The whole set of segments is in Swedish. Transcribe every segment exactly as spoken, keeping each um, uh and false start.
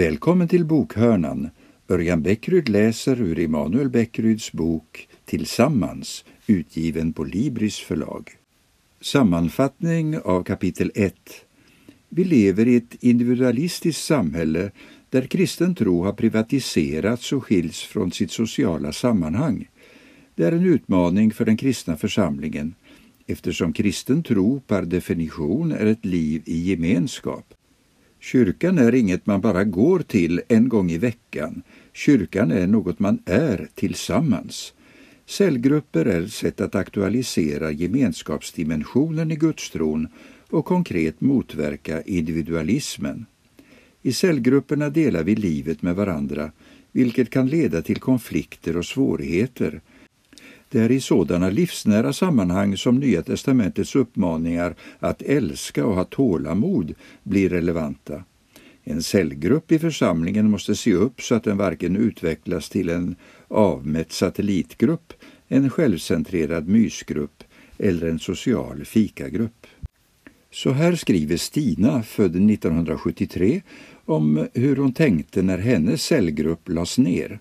Välkommen till Bokhörnan. Örjan Bäckryd läser ur Emanuel Bäckryds bok Tillsammans, utgiven på Libris förlag. Sammanfattning av kapitel ett. Vi lever i ett individualistiskt samhälle där kristen tro har privatiserats och skilts från sitt sociala sammanhang. Det är en utmaning för den kristna församlingen, eftersom kristen tro per definition är ett liv i gemenskap. Kyrkan är inget man bara går till en gång i veckan. Kyrkan är något man är tillsammans. Cellgrupper är ett sätt att aktualisera gemenskapsdimensionen i gudstron och konkret motverka individualismen. I cellgrupperna delar vi livet med varandra, vilket kan leda till konflikter och svårigheter. Det är i sådana livsnära sammanhang som Nya testamentets uppmaningar att älska och ha tålamod blir relevanta. En cellgrupp i församlingen måste se upp så att den varken utvecklas till en avmätt satellitgrupp, en självcentrerad mysgrupp eller en social fikagrupp. Så här skriver Stina, född nittonhundrasjuttiotre, om hur hon tänkte när hennes cellgrupp lades ner.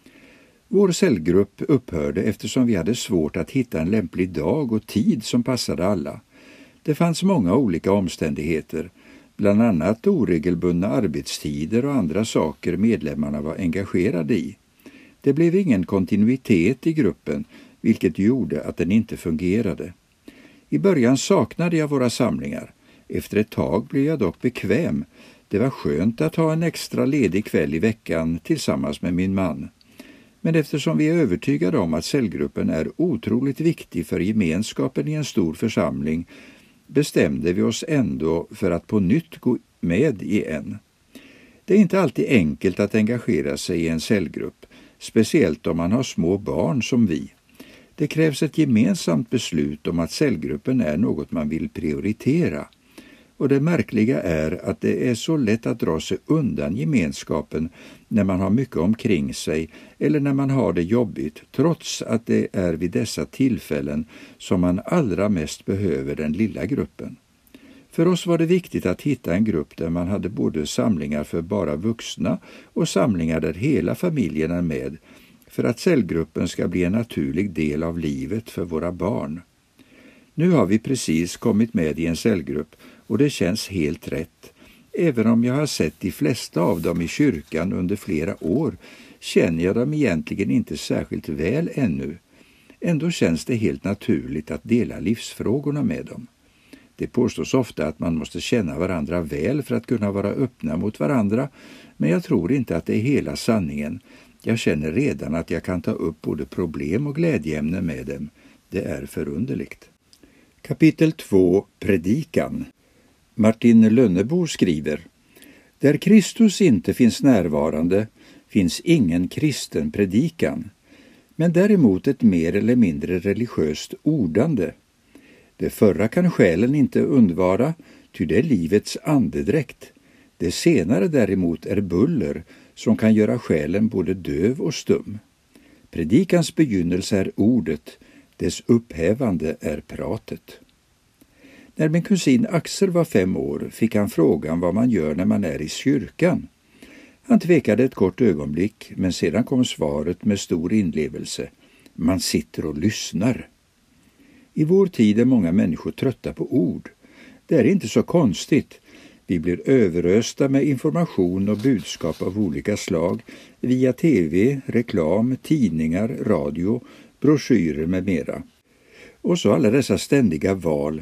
Vår cellgrupp upphörde eftersom vi hade svårt att hitta en lämplig dag och tid som passade alla. Det fanns många olika omständigheter, bland annat oregelbundna arbetstider och andra saker medlemmarna var engagerade i. Det blev ingen kontinuitet i gruppen, vilket gjorde att den inte fungerade. I början saknade jag våra samlingar. Efter ett tag blev jag dock bekväm. Det var skönt att ha en extra ledig kväll i veckan tillsammans med min man. Men eftersom vi är övertygade om att cellgruppen är otroligt viktig för gemenskapen i en stor församling bestämde vi oss ändå för att på nytt gå med i en. Det är inte alltid enkelt att engagera sig i en cellgrupp, speciellt om man har små barn som vi. Det krävs ett gemensamt beslut om att cellgruppen är något man vill prioritera. Och det märkliga är att det är så lätt att dra sig undan gemenskapen när man har mycket omkring sig eller när man har det jobbigt, trots att det är vid dessa tillfällen som man allra mest behöver den lilla gruppen. För oss var det viktigt att hitta en grupp där man hade både samlingar för bara vuxna och samlingar där hela familjen är med, för att cellgruppen ska bli en naturlig del av livet för våra barn. Nu har vi precis kommit med i en cellgrupp och det känns helt rätt. Även om jag har sett de flesta av dem i kyrkan under flera år känner jag dem egentligen inte särskilt väl ännu. Ändå känns det helt naturligt att dela livsfrågorna med dem. Det påstås ofta att man måste känna varandra väl för att kunna vara öppna mot varandra, men jag tror inte att det är hela sanningen. Jag känner redan att jag kan ta upp både problem och glädjeämnen med dem. Det är förunderligt. Kapitel två. Predikan. Martin Lönnebo skriver: Där Kristus inte finns närvarande finns ingen kristen predikan, men däremot ett mer eller mindre religiöst ordande. Det förra kan själen inte undvara, ty det är livets andedräkt. Det senare däremot är buller som kan göra själen både döv och stum. Predikans begynnelse är ordet, dess upphävande är pratet. När min kusin Axel var fem år fick han frågan vad man gör när man är i kyrkan. Han tvekade ett kort ögonblick, men sedan kom svaret med stor inlevelse. Man sitter och lyssnar. I vår tid är många människor trötta på ord. Det är inte så konstigt. Vi blir överösta med information och budskap av olika slag via tv, reklam, tidningar, radio, broschyrer med mera. Och så alla dessa ständiga val.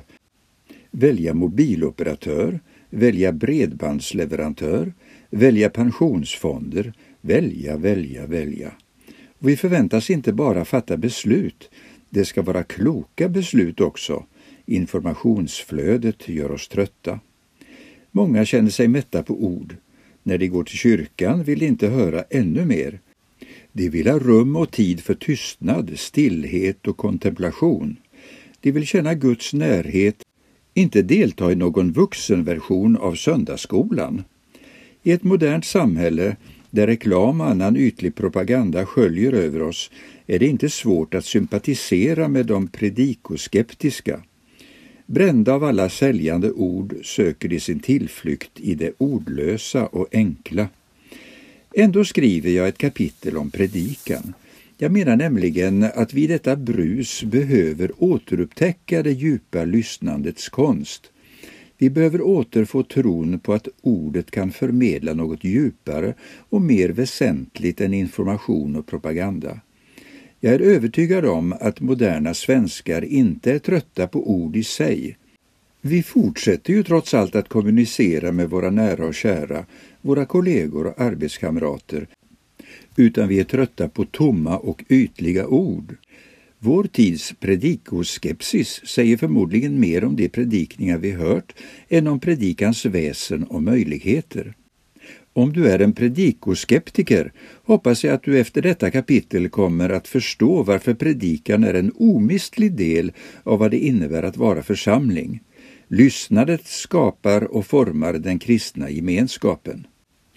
Välja mobiloperatör, välja bredbandsleverantör, välja pensionsfonder, välja, välja, välja. Och vi förväntas inte bara fatta beslut, det ska vara kloka beslut också. Informationsflödet gör oss trötta. Många känner sig mätta på ord. När de går till kyrkan vill de inte höra ännu mer. De vill ha rum och tid för tystnad, stillhet och kontemplation. De vill känna Guds närhet, inte delta i någon vuxenversion av söndagsskolan. I ett modernt samhälle där reklam och annan ytlig propaganda sköljer över oss är det inte svårt att sympatisera med de predikoskeptiska. Brända av alla säljande ord söker de sin tillflykt i det ordlösa och enkla. Ändå skriver jag ett kapitel om predikan. Jag menar nämligen att vi detta brus behöver återupptäcka det djupa lyssnandets konst. Vi behöver återfå tron på att ordet kan förmedla något djupare och mer väsentligt än information och propaganda. Jag är övertygad om att moderna svenskar inte är trötta på ord i sig. Vi fortsätter ju trots allt att kommunicera med våra nära och kära, våra kollegor och arbetskamrater, utan vi är trötta på tomma och ytliga ord. Vår tids predikoskepsis säger förmodligen mer om de predikningar vi hört än om predikans väsen och möjligheter. Om du är en predikoskeptiker hoppas jag att du efter detta kapitel kommer att förstå varför predikan är en omistlig del av vad det innebär att vara församling. Lyssnandet skapar och formar den kristna gemenskapen.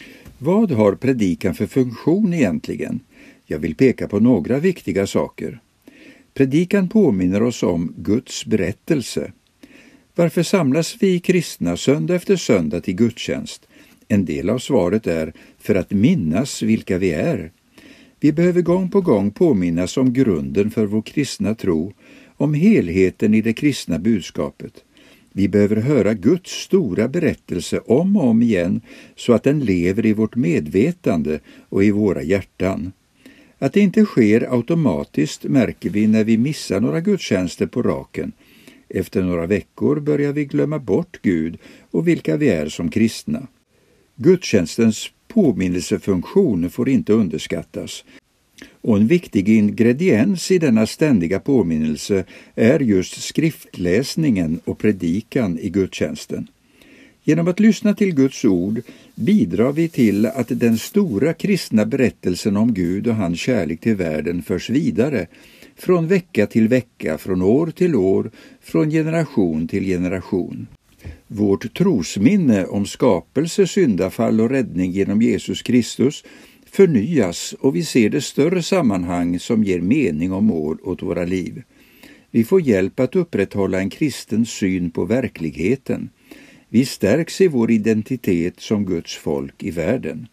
Vad har predikan för funktion egentligen? Jag vill peka på några viktiga saker. Predikan påminner oss om Guds berättelse. Varför samlas vi kristna söndag efter söndag till gudstjänst? En del av svaret är för att minnas vilka vi är. Vi behöver gång på gång påminnas om grunden för vår kristna tro, om helheten i det kristna budskapet. Vi behöver höra Guds stora berättelse om och om igen så att den lever i vårt medvetande och i våra hjärtan. Att det inte sker automatiskt märker vi när vi missar några gudstjänster på raken. Efter några veckor börjar vi glömma bort Gud och vilka vi är som kristna. Gudstjänstens påminnelsefunktion får inte underskattas. Och en viktig ingrediens i denna ständiga påminnelse är just skriftläsningen och predikan i gudstjänsten. Genom att lyssna till Guds ord bidrar vi till att den stora kristna berättelsen om Gud och hans kärlek till världen förs vidare, från vecka till vecka, från år till år, från generation till generation. Vårt trosminne om skapelse, syndafall och räddning genom Jesus Kristus förnyas och vi ser det större sammanhang som ger mening och mål åt våra liv. Vi får hjälp att upprätthålla en kristen syn på verkligheten. Vi stärks i vår identitet som Guds folk i världen.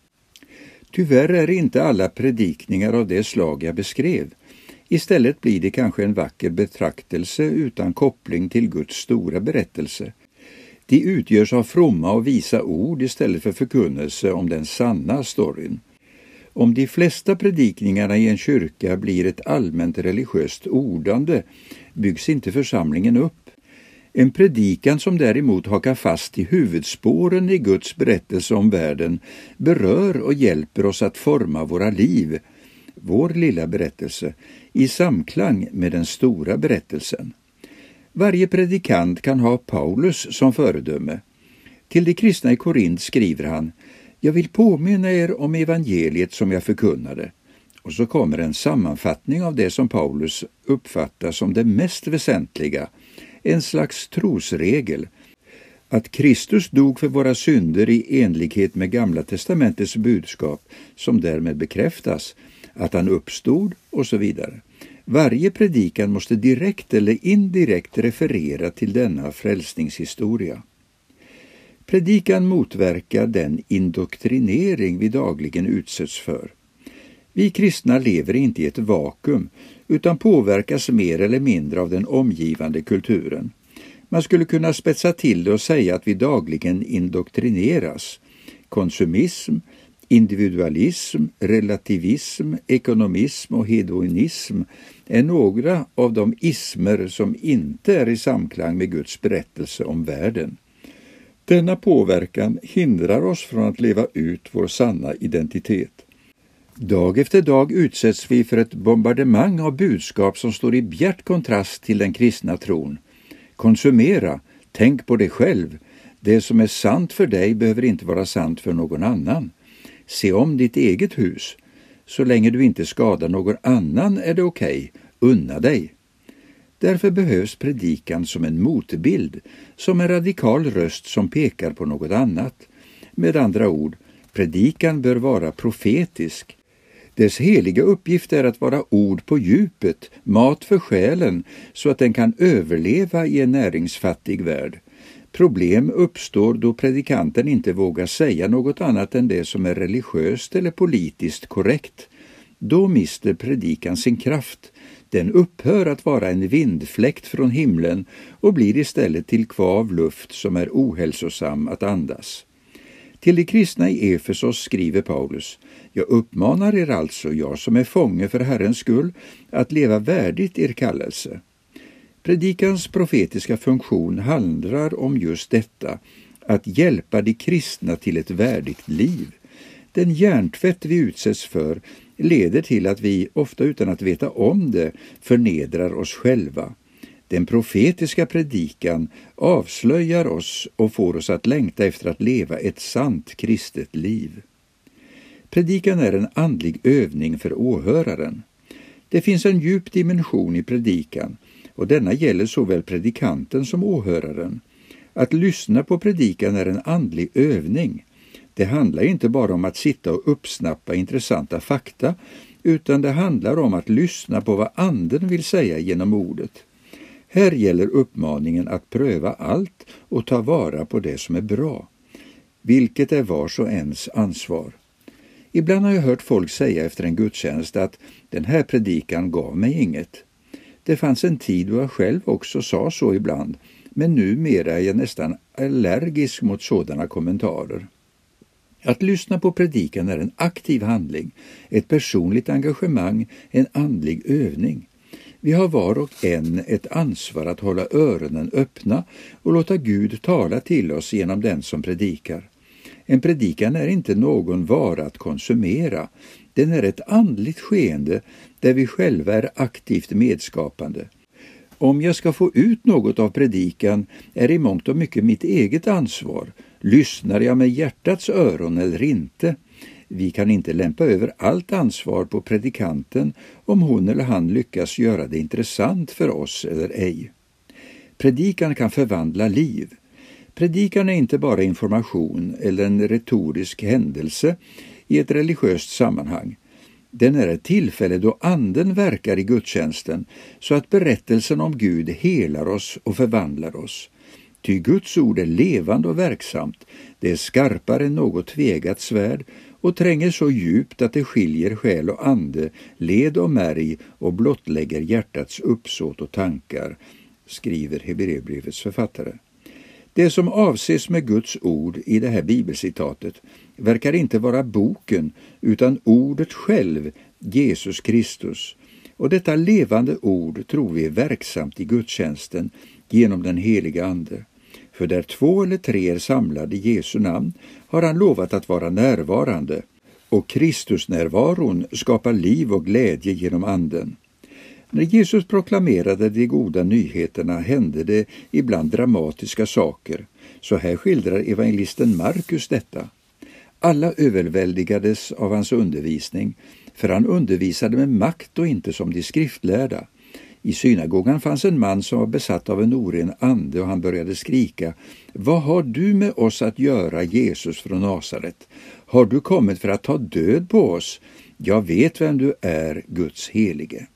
Tyvärr är inte alla predikningar av det slag jag beskrev. Istället blir det kanske en vacker betraktelse utan koppling till Guds stora berättelse. De utgörs av fromma och visa ord istället för förkunnelse om den sanna storyn. Om de flesta predikningarna i en kyrka blir ett allmänt religiöst ordande byggs inte församlingen upp. En predikan som däremot hakar fast i huvudspåren i Guds berättelse om världen berör och hjälper oss att forma våra liv, vår lilla berättelse, i samklang med den stora berättelsen. Varje predikant kan ha Paulus som föredöme. Till de kristna i Korint skriver han: Jag vill påminna er om evangeliet som jag förkunnade. Och så kommer en sammanfattning av det som Paulus uppfattar som det mest väsentliga, en slags trosregel. Att Kristus dog för våra synder i enlighet med Gamla testamentets budskap, som därmed bekräftas, att han uppstod och så vidare. Varje predikan måste direkt eller indirekt referera till denna frälsningshistoria. Predikan motverkar den indoktrinering vi dagligen utsätts för. Vi kristna lever inte i ett vakuum utan påverkas mer eller mindre av den omgivande kulturen. Man skulle kunna spetsa till det och säga att vi dagligen indoktrineras. Konsumism, individualism, relativism, ekonomism och hedonism är några av de ismer som inte är i samklang med Guds berättelse om världen. Denna påverkan hindrar oss från att leva ut vår sanna identitet. Dag efter dag utsätts vi för ett bombardemang av budskap som står i bjärt kontrast till den kristna tron. Konsumera, tänk på dig själv. Det som är sant för dig behöver inte vara sant för någon annan. Se om ditt eget hus. Så länge du inte skadar någon annan är det okej. Unna dig. Därför behövs predikan som en motbild, som en radikal röst som pekar på något annat. Med andra ord, predikan bör vara profetisk. Dess heliga uppgift är att vara ord på djupet, mat för själen, så att den kan överleva i en näringsfattig värld. Problem uppstår då predikanten inte vågar säga något annat än det som är religiöst eller politiskt korrekt. Då mister predikan sin kraft. Den upphör att vara en vindfläkt från himlen och blir istället till kvav luft som är ohälsosam att andas. Till de kristna i Efesos skriver Paulus: Jag uppmanar er alltså, jag som är fånge för Herrens skull, att leva värdigt er kallelse. Predikans profetiska funktion handlar om just detta, att hjälpa de kristna till ett värdigt liv. Den hjärntvätt vi utsätts för leder till att vi, ofta utan att veta om det, förnedrar oss själva. Den profetiska predikan avslöjar oss och får oss att längta efter att leva ett sant kristet liv. Predikan är en andlig övning för åhöraren. Det finns en djup dimension i predikan, och denna gäller såväl predikanten som åhöraren. Att lyssna på predikan är en andlig övning. Det handlar inte bara om att sitta och uppsnappa intressanta fakta, utan det handlar om att lyssna på vad anden vill säga genom ordet. Här gäller uppmaningen att pröva allt och ta vara på det som är bra, vilket är vars och ens ansvar. Ibland har jag hört folk säga efter en gudstjänst att den här predikan gav mig inget. Det fanns en tid då jag själv också sa så ibland, men numera är jag nästan allergisk mot sådana kommentarer. Att lyssna på predikan är en aktiv handling, ett personligt engagemang, en andlig övning. Vi har var och en ett ansvar att hålla öronen öppna och låta Gud tala till oss genom den som predikar. En predikan är inte någon vara att konsumera. Den är ett andligt skeende där vi själva är aktivt medskapande. Om jag ska få ut något av predikan är i mångt och mycket mitt eget ansvar. Lyssnar jag med hjärtats öron eller inte? Vi kan inte lämpa över allt ansvar på predikanten om hon eller han lyckas göra det intressant för oss eller ej. Predikan kan förvandla liv. Predikan är inte bara information eller en retorisk händelse i ett religiöst sammanhang. Den är ett tillfälle då anden verkar i gudstjänsten så att berättelsen om Gud helar oss och förvandlar oss. Ty Guds ord är levande och verksamt, det är skarpare än något tvegat svärd och tränger så djupt att det skiljer själ och ande, led och märg och blottlägger hjärtats uppsåt och tankar, skriver Hebreerbrevets författare. Det som avses med Guds ord i det här bibelcitatet verkar inte vara boken utan ordet själv, Jesus Kristus. Och detta levande ord tror vi är verksamt i gudstjänsten genom den heliga ande. För där två eller tre är samlade i Jesu namn har han lovat att vara närvarande, och Kristusnärvaron skapar liv och glädje genom anden. När Jesus proklamerade de goda nyheterna hände det ibland dramatiska saker. Så här skildrar evangelisten Markus detta. Alla överväldigades av hans undervisning, för han undervisade med makt och inte som de skriftlärda. I synagogan fanns en man som var besatt av en oren ande och han började skrika: Vad har du med oss att göra, Jesus från Nasaret? Har du kommit för att ta död på oss? Jag vet vem du är, Guds helige.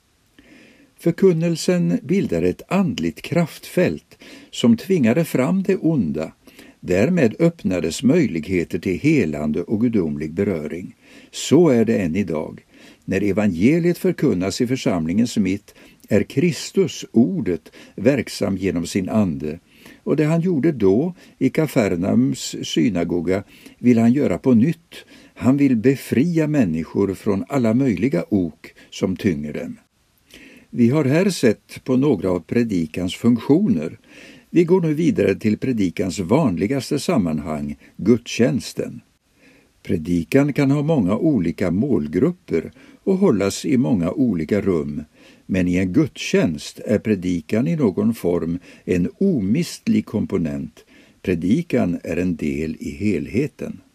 Förkunnelsen bildar ett andligt kraftfält som tvingade fram det onda. Därmed öppnades möjligheter till helande och gudomlig beröring. Så är det än idag. När evangeliet förkunnas i församlingens mitt är Kristus, ordet, verksam genom sin ande. Och det han gjorde då i Kafarnaums synagoga vill han göra på nytt. Han vill befria människor från alla möjliga ok som tynger dem. Vi har här sett på några av predikans funktioner. Vi går nu vidare till predikans vanligaste sammanhang, gudstjänsten. Predikan kan ha många olika målgrupper och hållas i många olika rum, men i en gudstjänst är predikan i någon form en omistlig komponent. Predikan är en del i helheten.